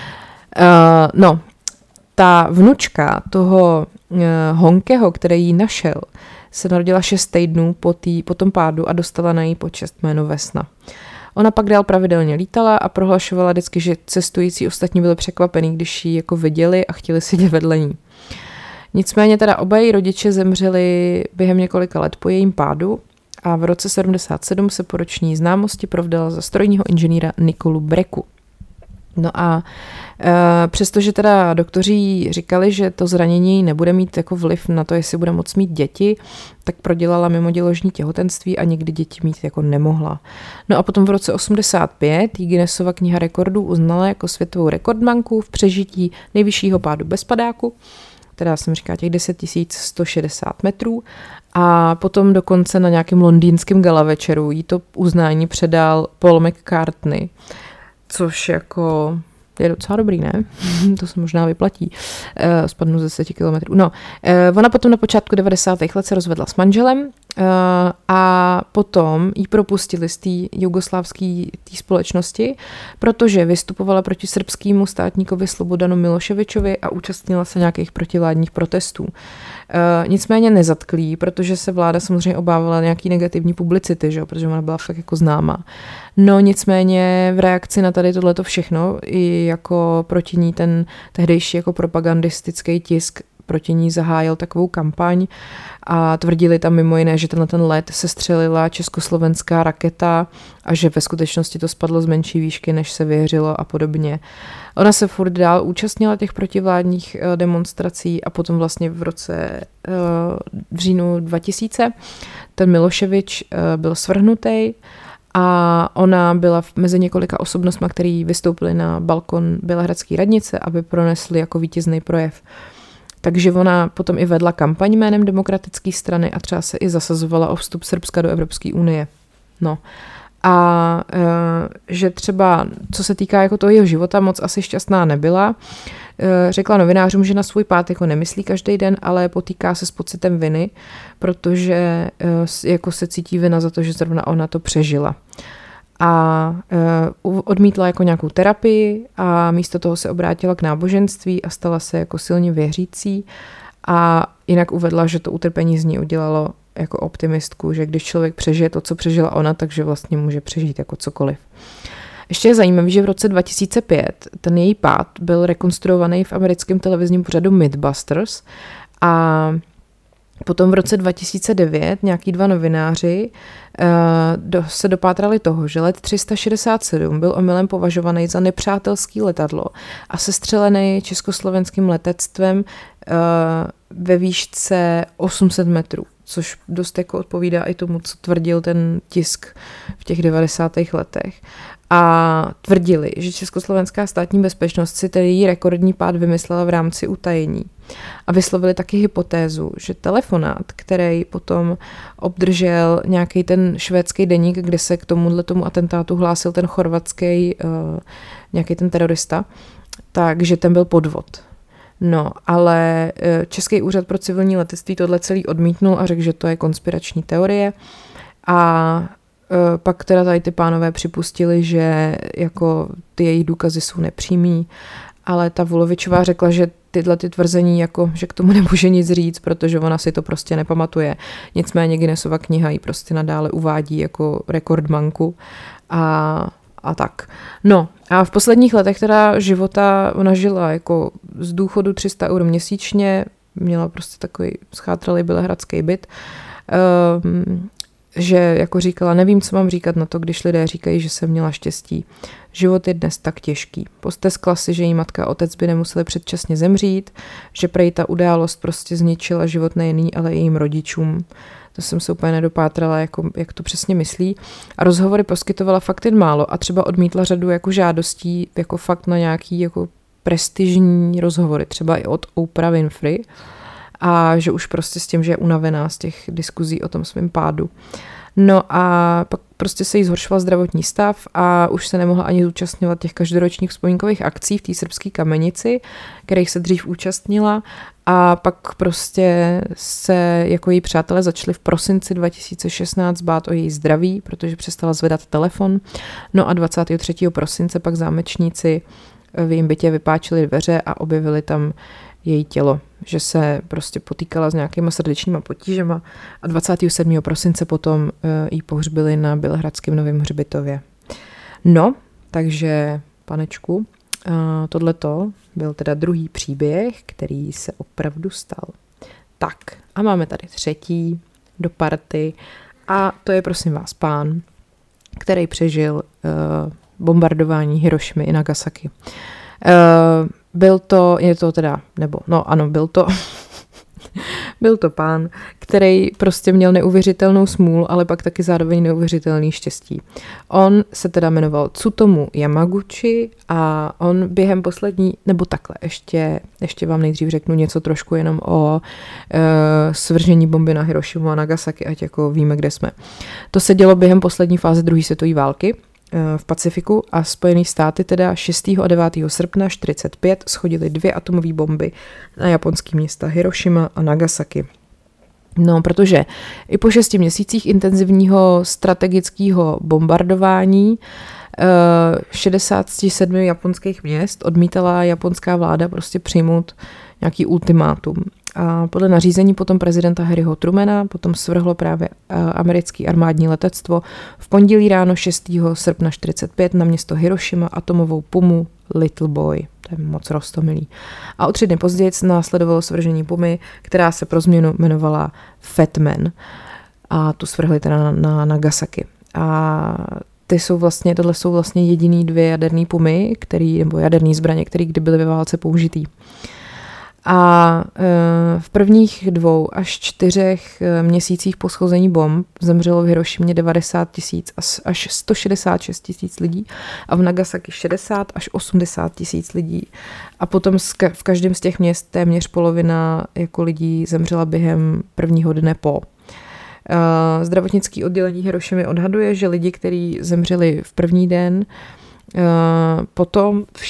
No, ta vnučka toho Honkeho, který ji našel, se narodila 6 týdnů po tom pádu a dostala na její počest jméno Vesna. Ona pak dál pravidelně lítala a prohlašovala vždycky, že cestující ostatní byli překvapení, když ji jako viděli a chtěli sedět vedle ní. Nicméně teda oba její rodiče zemřeli během několika let po jejím pádu a v roce 77 se po roční známosti provdala za strojního inženýra Nikolu Breku. No a přestože teda doktoři říkali, že to zranění nebude mít jako vliv na to, jestli bude moct mít děti, tak prodělala mimoděložní těhotenství a nikdy děti mít jako nemohla. No a potom v roce 85 jí Guinnessova kniha rekordů uznala jako světovou rekordmanku v přežití nejvyššího pádu bez padáku, teda jsem říkala těch 10 160 metrů a potom dokonce na nějakém londýnském gala večeru jí to uznání předal Paul McCartney, což jako je docela dobrý, ne? To se možná vyplatí. Spadnu ze 10 kilometrů. No, ona potom na počátku 90. let se rozvedla s manželem a potom jí propustili z té jugoslávské společnosti, protože vystupovala proti srbskému státníkovi Slobodanu Miloševičovi a účastnila se nějakých protivládních protestů. Nicméně nezatklí, protože se vláda samozřejmě obávala nějaký negativní publicity, že? Protože ona byla fakt jako známá. No nicméně v reakci na tady tohleto všechno i jako proti ní ten tehdejší jako propagandistický tisk proti ní zahájil takovou kampaň a tvrdili tam mimo jiné, že ten let sestřelila československá raketa a že ve skutečnosti to spadlo z menší výšky, než se věřilo a podobně. Ona se furt dál účastnila těch protivládních demonstrací a potom vlastně v říjnu 2000 ten Miloševič byl svrhnutý a ona byla mezi několika osobnostmi, který vystoupili na balkon Bělehradské radnice, aby pronesli jako vítězný projev. Takže ona potom i vedla kampaň jménem Demokratické strany a třeba se i zasazovala o vstup Srbska do Evropské unie. No. A že třeba, co se týká jako toho jeho života, moc asi šťastná nebyla. Řekla novinářům, že na svůj pád jako nemyslí každý den, ale potýká se s pocitem viny, protože jako se cítí vina za to, že zrovna ona to přežila. A odmítla jako nějakou terapii a místo toho se obrátila k náboženství a stala se jako silně věřící a jinak uvedla, že to utrpení z ní udělalo jako optimistku, že když člověk přežije to, co přežila ona, takže vlastně může přežít jako cokoliv. Ještě je zajímavé, že v roce 2005 ten její pád byl rekonstruovaný v americkém televizním pořadu Mythbusters a potom v roce 2009 nějaký dva novináři se dopátrali toho, že let 367 byl omylem považovaný za nepřátelský letadlo a sestřelený československým letectvem ve výšce 800 metrů, což dost jako odpovídá i tomu, co tvrdil ten tisk v těch 90. letech. A tvrdili, že československá státní bezpečnost si tedy její rekordní pád vymyslela v rámci utajení. A vyslovili taky hypotézu, že telefonát, který potom obdržel nějaký ten švédský deník, kde se k tomu atentátu hlásil ten chorvatský nějaký ten terorista, takže ten byl podvod. No, ale Český úřad pro civilní letectví tohle celý odmítnul a řekl, že to je konspirační teorie a pak teda tady ty pánové připustili, že jako ty její důkazy jsou nepřímý, ale ta Vulovičová řekla, že tyhle ty tvrzení, jako, že k tomu nemůže nic říct, protože ona si to prostě nepamatuje. Nicméně Guinnessova kniha ji prostě nadále uvádí jako rekordmanku a tak. No a v posledních letech teda života ona žila jako z důchodu 300 € měsíčně, měla prostě takový schátralý bělehradský byt, že jako říkala, nevím, co mám říkat na to, když lidé říkají, že jsem měla štěstí. Život je dnes tak těžký. Posteskla si, že její matka a otec by nemuseli předčasně zemřít, že prej ta událost prostě zničila život nejen jí, ale i jejím rodičům. To jsem se úplně nedopátrala, jak to přesně myslí. A rozhovory poskytovala fakt jen málo a třeba odmítla řadu jako žádostí, jako fakt na nějaký jako prestižní rozhovory, třeba i od Oprah Winfrey. A že už prostě s tím, že je unavená z těch diskuzí o tom svém pádu. No a pak prostě se jí zhoršoval zdravotní stav a už se nemohla ani zúčastňovat těch každoročních vzpomínkových akcí v té srbské Kamenici, kterých se dřív účastnila a pak prostě se jako její přátelé začali v prosinci 2016 bát o její zdraví, protože přestala zvedat telefon. No a 23. prosince pak zámečníci v jejím bytě vypáčili dveře a objevili tam její tělo, že se prostě potýkala s nějakýma srdečníma potížema a 27. prosince potom jí pohřbili na Bělehradském Novém hřbitově. No, takže panečku, tohleto byl teda druhý příběh, který se opravdu stal. Tak a máme tady třetí do party a to je prosím vás pán, který přežil bombardování Hirošimy i Nagasaki. Byl to pán, který prostě měl neuvěřitelnou smůlu, ale pak taky zároveň neuvěřitelný štěstí. On se teda jmenoval Tsutomu Yamaguchi a on během ještě vám nejdřív řeknu něco trošku jenom o svržení bomby na Hirošimu a Nagasaki, ať jako víme, kde jsme. To se dělo během poslední fáze druhé světové války v Pacifiku a Spojené státy teda 6. a 9. srpna 1945 shodili 2 atomové bomby na japonské města Hirošima a Nagasaki. No, protože i po 6 měsících intenzivního strategického bombardování 67 japonských měst odmítala japonská vláda prostě přijmout nějaký ultimátum. A podle nařízení potom prezidenta Harryho Trumana potom svrhlo právě americké armádní letectvo v pondělí ráno 6. srpna 1945 na město Hirošima atomovou pumu Little Boy. To je moc roztomilý. A o 3 dny později následovalo svržení pumy, která se pro změnu jmenovala Fat Man. A tu svrhli teda na Nagasaki. A tohle jsou vlastně jediný 2 jaderné pumy, nebo jaderné zbraně, které kdy byly ve válce použitý. A v prvních 2 až 4 měsících po schození bomb zemřelo v Hirošimě 90 000 až 166 000 lidí a v Nagasaki 60 až 80 000 lidí. A potom v každém z těch měst téměř polovina jako lidí zemřela během prvního dne po. Zdravotnické oddělení Hirošimy odhaduje, že lidi, kteří zemřeli v první den, potom z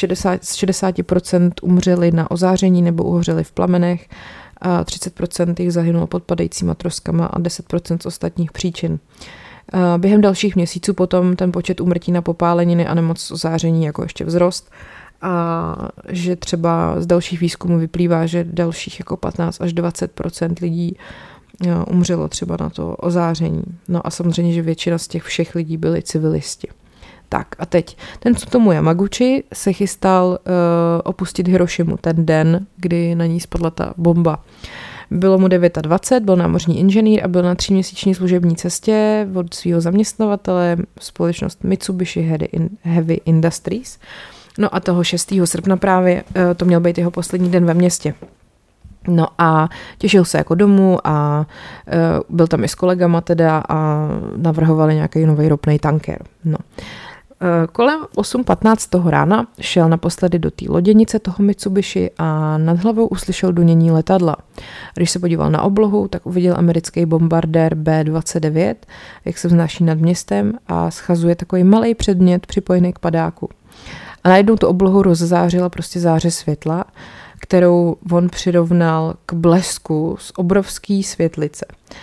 60% umřeli na ozáření nebo uhořeli v plamenech a 30% jich zahynulo pod padajícíma troskama a 10% z ostatních příčin. Během dalších měsíců potom ten počet úmrtí na popáleniny a nemoc z ozáření jako ještě vzrost a že třeba z dalších výzkumů vyplývá, že dalších jako 15 až 20% lidí umřelo třeba na to ozáření. No a samozřejmě, že většina z těch všech lidí byli civilisti. Tak a teď, ten Tsutomu Yamaguchi se chystal opustit Hirošimu ten den, kdy na ní spadla ta bomba. Bylo mu 29, byl námořní inženýr a byl na 3měsíční služební cestě od svého zaměstnavatele společnost Mitsubishi Heavy Industries. No a toho 6. srpna právě to měl být jeho poslední den ve městě. No a těšil se jako domů a byl tam i s kolegama teda a navrhovali nějaký nový ropný tanker. No. Kolem 8:15 toho rána šel naposledy do té loděnice toho Mitsubishi a nad hlavou uslyšel dunění letadla. Když se podíval na oblohu, tak uviděl americký bombardér B-29, jak se vznáší nad městem a schazuje takový malý předmět připojený k padáku. A najednou tu oblohu rozzářila prostě záře světla, kterou on přirovnal k blesku z obrovský světlice.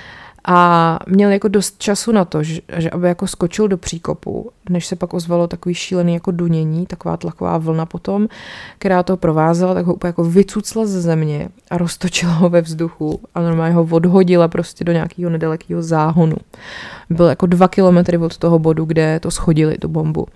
A měl jako dost času na to, že aby jako skočil do příkopu, než se pak ozvalo takový šílený jako dunění, taková tlaková vlna potom, která toho provázela, tak ho úplně jako vycucla ze země a roztočila ho ve vzduchu a normálně ho odhodila prostě do nějakého nedalekého záhonu. Byl jako 2 kilometry od toho bodu, kde to schodili, tu bombu.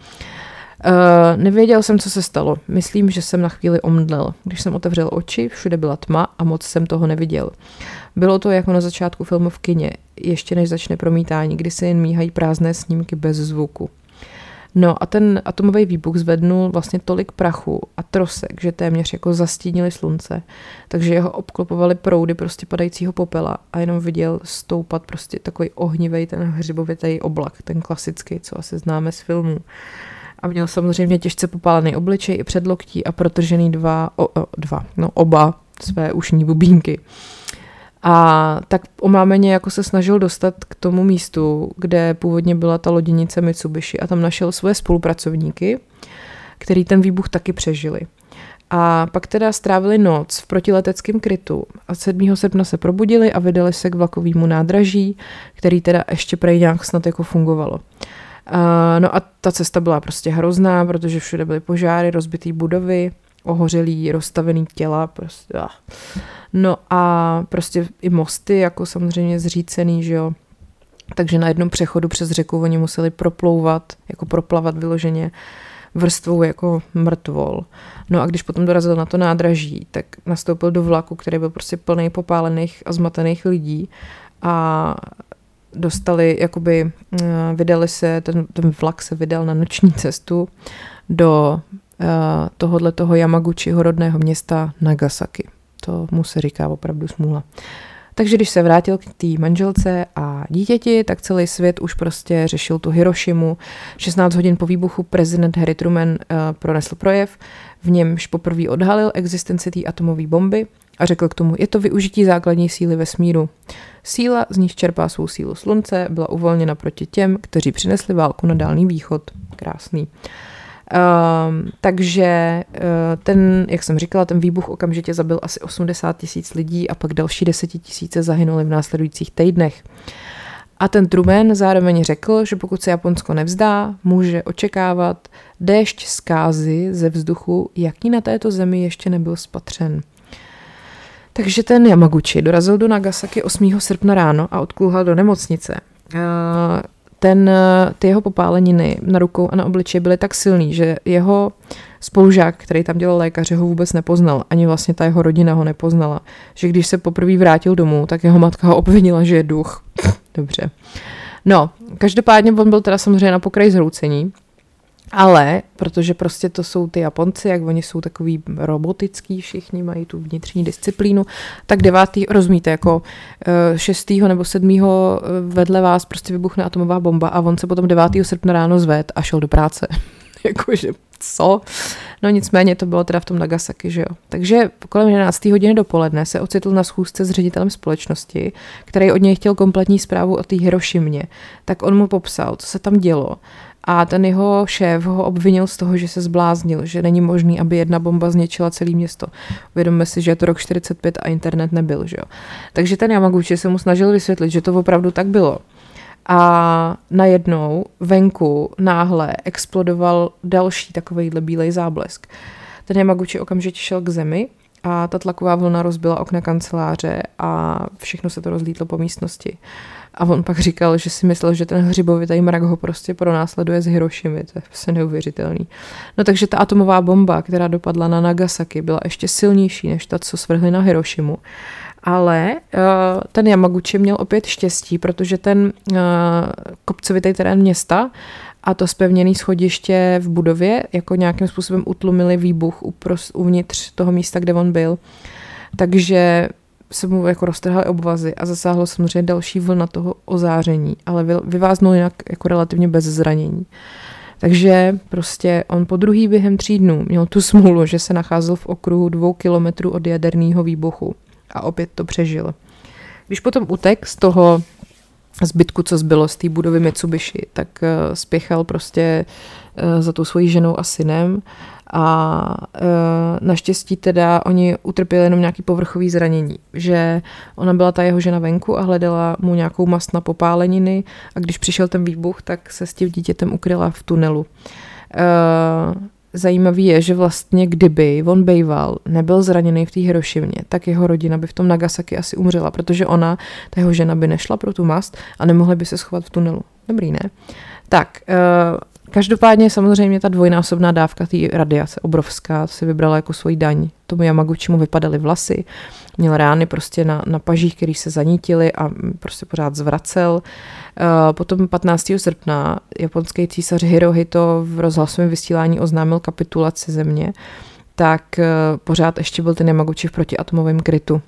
Nevěděl jsem, co se stalo. Myslím, že jsem na chvíli omdlel. Když jsem otevřel oči, všude byla tma a moc jsem toho neviděl. Bylo to jako na začátku filmu v kině, ještě než začne promítání, kdy se jen míhají prázdné snímky bez zvuku. No a ten atomový výbuch zvednul vlastně tolik prachu a trosek, že téměř jako zastínili slunce, takže jeho obklopovaly proudy prostě padajícího popela a jenom viděl stoupat prostě takový ohnivej ten hřibovitý oblak, ten klasický, co asi známe z filmů. A měl samozřejmě těžce popálený obličej i předloktí a protržený oba své ušní bubínky. A tak omámeně jako se snažil dostat k tomu místu, kde původně byla ta loděnice Mitsubishi a tam našel své spolupracovníky, který ten výbuch taky přežili. A pak teda strávili noc v protileteckém krytu a 7. srpna se probudili a vydali se k vlakovému nádraží, který teda ještě prej nějak snad jako fungovalo. No a ta cesta byla prostě hrozná, protože všude byly požáry, rozbitý budovy, ohořelý, rozstavený těla, prostě. No a prostě i mosty, jako samozřejmě zřícený, že jo. Takže na jednom přechodu přes řeku oni museli proplavat vyloženě vrstvou jako mrtvol. No a když potom dorazil na to nádraží, tak nastoupil do vlaku, který byl prostě plný popálených a zmatených lidí a vydali se, ten vlak se vydal na noční cestu do toho Yamaguchiho rodného města Nagasaki. To mu se říká opravdu smůla. Takže když se vrátil k té manželce a dítěti, tak celý svět už prostě řešil tu Hirošimu. 16 hodin po výbuchu prezident Harry Truman pronesl projev, v němž poprvé odhalil existenci té atomové bomby a řekl k tomu, je to využití základní síly vesmíru. Síla, z níž čerpá svou sílu slunce, byla uvolněna proti těm, kteří přinesli válku na Dálný východ. Krásný. Takže ten, jak jsem říkala, ten výbuch okamžitě zabil asi 80 000 lidí a pak další 10 000 zahynuli v následujících týdnech. A ten Truman zároveň řekl, že pokud se Japonsko nevzdá, může očekávat déšť zkázy ze vzduchu, jaký na této zemi ještě nebyl spatřen. Takže ten Yamaguchi dorazil do Nagasaki 8. srpna ráno a odkluhal do nemocnice. Ty jeho popáleniny na rukou a na obličeji byly tak silný, že jeho spolužák, který tam dělal lékaře, ho vůbec nepoznal. Ani vlastně ta jeho rodina ho nepoznala. Že když se poprvé vrátil domů, tak jeho matka ho obvinila, že je duch. Dobře. No, každopádně on byl teda samozřejmě na pokraji zhroucení, ale protože prostě to jsou ty Japonci, jak oni jsou takový robotický, všichni mají tu vnitřní disciplínu, tak 9. rozumíte, jako 6. nebo 7. vedle vás prostě vybuchne atomová bomba a on se potom 9. srpna ráno zved a šel do práce. Jakože co? No nicméně to bylo teda v tom Nagasaki, že jo. Takže kolem 11. hodiny dopoledne se ocitl na schůzce s ředitelem společnosti, který od něj chtěl kompletní zprávu o té Hirošimě. Tak on mu popsal, co se tam dělo. A ten jeho šéf ho obvinil z toho, že se zbláznil, že není možný, aby jedna bomba zničila celé město. Uvědomme si, že je to rok 45 a internet nebyl, že jo. Takže ten Yamaguchi se mu snažil vysvětlit, že to opravdu tak bylo. A najednou venku náhle explodoval další takovejhle bílej záblesk. Ten Yamaguchi okamžitě šel k zemi a ta tlaková vlna rozbila okna kanceláře a všechno se to rozlítlo po místnosti. A on pak říkal, že si myslel, že ten hřibovitý mrak ho prostě pronásleduje z Hirošimy. To je prostě neuvěřitelný. No takže ta atomová bomba, která dopadla na Nagasaki, byla ještě silnější než ta, co svrhli na Hirošimu. Ale ten Yamaguchi měl opět štěstí, protože ten kopcovitý terén města a to zpevněné schodiště v budově jako nějakým způsobem utlumili výbuch uvnitř toho místa, kde on byl. Takže se mu jako roztrhaly obvazy a zasáhlo samozřejmě další vlna toho ozáření, ale vyváznul jinak jako relativně bez zranění. Takže prostě on po druhý během 3 dnů měl tu smůlu, že se nacházel v okruhu 2 kilometrů od jaderného výbuchu a opět to přežil. Když potom utek z toho zbytku, co zbylo z té budovy Mitsubishi, tak spěchal prostě za tou svojí ženou a synem a naštěstí teda oni utrpěli jenom nějaký povrchový zranění, že ona byla ta jeho žena venku a hledala mu nějakou mast na popáleniny a když přišel ten výbuch, tak se s tím dítětem ukryla v tunelu. Zajímavý je, že vlastně kdyby on bejval, nebyl zraněný v té Hirošimě, tak jeho rodina by v tom Nagasaki asi umřela, protože ona, ta jeho žena by nešla pro tu mast a nemohli by se schovat v tunelu. Dobrý, ne? Tak, každopádně samozřejmě ta dvojnásobná dávka té radiace, obrovská, si vybrala jako svoji daň. Tomu Yamaguchimu vypadaly vlasy, měl rány prostě na pažích, který se zanítily a prostě pořád zvracel. Potom 15. srpna japonský císař Hirohito v rozhlasovém vysílání oznámil kapitulaci země, tak pořád ještě byl ten Yamaguchi v protiatomovém krytu.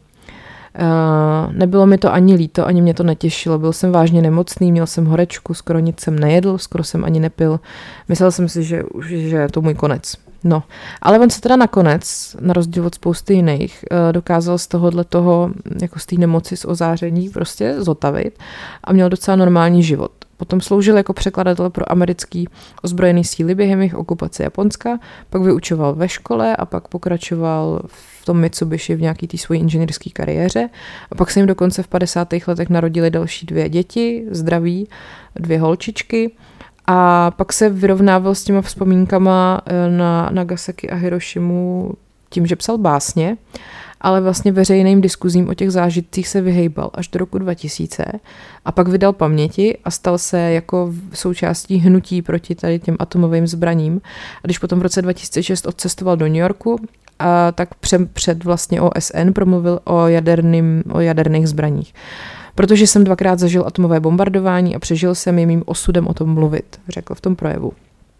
Nebylo mi to ani líto, ani mě to netěšilo. Byl jsem vážně nemocný, měl jsem horečku, skoro nic jsem nejedl, skoro jsem ani nepil. Myslel jsem si, že je to můj konec. No, ale on se teda nakonec, na rozdíl od spousty jiných, dokázal z toho, jako z té nemoci, z ozáření prostě zotavit a měl docela normální život. Potom sloužil jako překladatel pro americký ozbrojený síly během jejich okupace Japonska, pak vyučoval ve škole a pak pokračoval v tom Mitsubishi v nějaký té svojí inženýrské kariéře a pak se jim dokonce v 50. letech narodili další 2 děti, zdraví, 2 holčičky a pak se vyrovnával s těma vzpomínkama na Nagasaki a Hirošimu tím, že psal básně, ale vlastně veřejným diskuzím o těch zážitcích se vyhejbal až do roku 2000 a pak vydal paměti a stal se jako součástí hnutí proti tady těm atomovým zbraním. A když potom v roce 2006 odcestoval do New Yorku, tak před vlastně OSN promluvil o jaderných zbraních. Protože jsem 2krát zažil atomové bombardování a přežil jsem, je mým osudem o tom mluvit, řekl v tom projevu.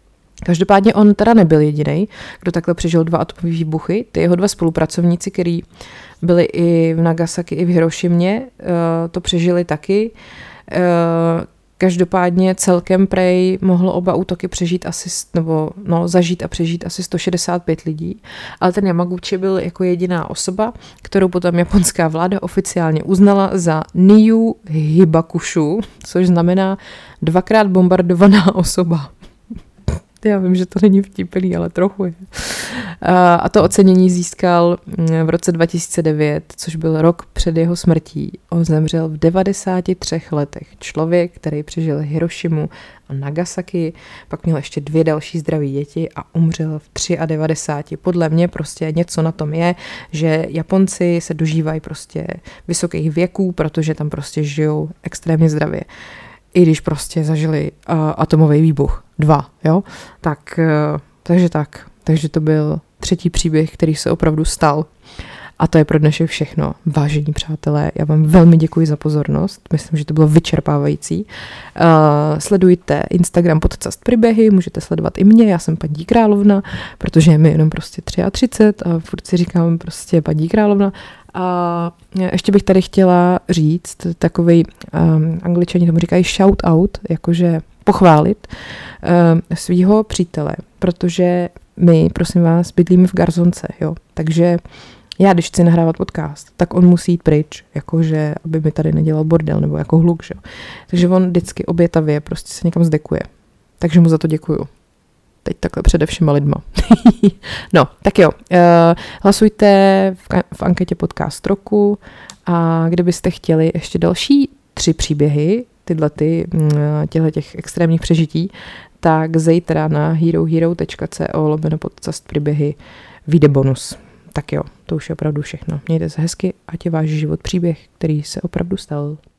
Každopádně on teda nebyl jedinej, kdo takhle přežil 2 atomové výbuchy. Ty jeho 2 spolupracovníci, kteří byli i v Nagasaki, i v Hirošimě, to přežili taky. Každopádně celkem prej mohlo oba útoky přežít zažít a přežít asi 165 lidí, ale ten Yamaguchi byl jako jediná osoba, kterou potom japonská vláda oficiálně uznala za Niu Hibakushu, což znamená 2krát bombardovaná osoba. Já vím, že to není vtipný, ale trochu je. A to ocenění získal v roce 2009, což byl rok před jeho smrtí. On zemřel v 93 letech. Člověk, který přežil Hirošimu a Nagasaki, pak měl ještě 2 další zdraví děti a umřel v 93. Podle mě prostě něco na tom je, že Japonci se dožívají prostě vysokých věků, protože tam prostě žijou extrémně zdravě. I když prostě zažili atomový výbuch. 2, jo? Takže to byl 3. příběh, který se opravdu stal. A to je pro dnešek všechno. Vážení přátelé, já vám velmi děkuji za pozornost. Myslím, že to bylo vyčerpávající. Sledujte Instagram Podcast Příběhy, můžete sledovat i mě, já jsem paní Královna, protože je mi jenom prostě 33 a furt si říkám prostě paní Královna. A ještě bych tady chtěla říct takovej, Angličani tomu říkají shout out, jakože pochválit svýho přítele, protože my, prosím vás, bydlíme v Garzonce, jo, takže já, když chci nahrávat podcast, tak on musí jít pryč, jakože, aby mi tady nedělal bordel, nebo jako hluk, že jo. Takže on vždycky obětavě prostě se někam zdekuje. Takže mu za to děkuju. Teď takhle přede všema lidma. No, tak jo. Hlasujte v anketě Podcast roku a kdybyste chtěli ještě další 3 příběhy, těch extrémních přežití, tak zítra na herohero.co/podcast příběhy vyjde bonus. Tak jo, to už je opravdu všechno. Mějte se hezky, ať je váš život příběh, který se opravdu stal.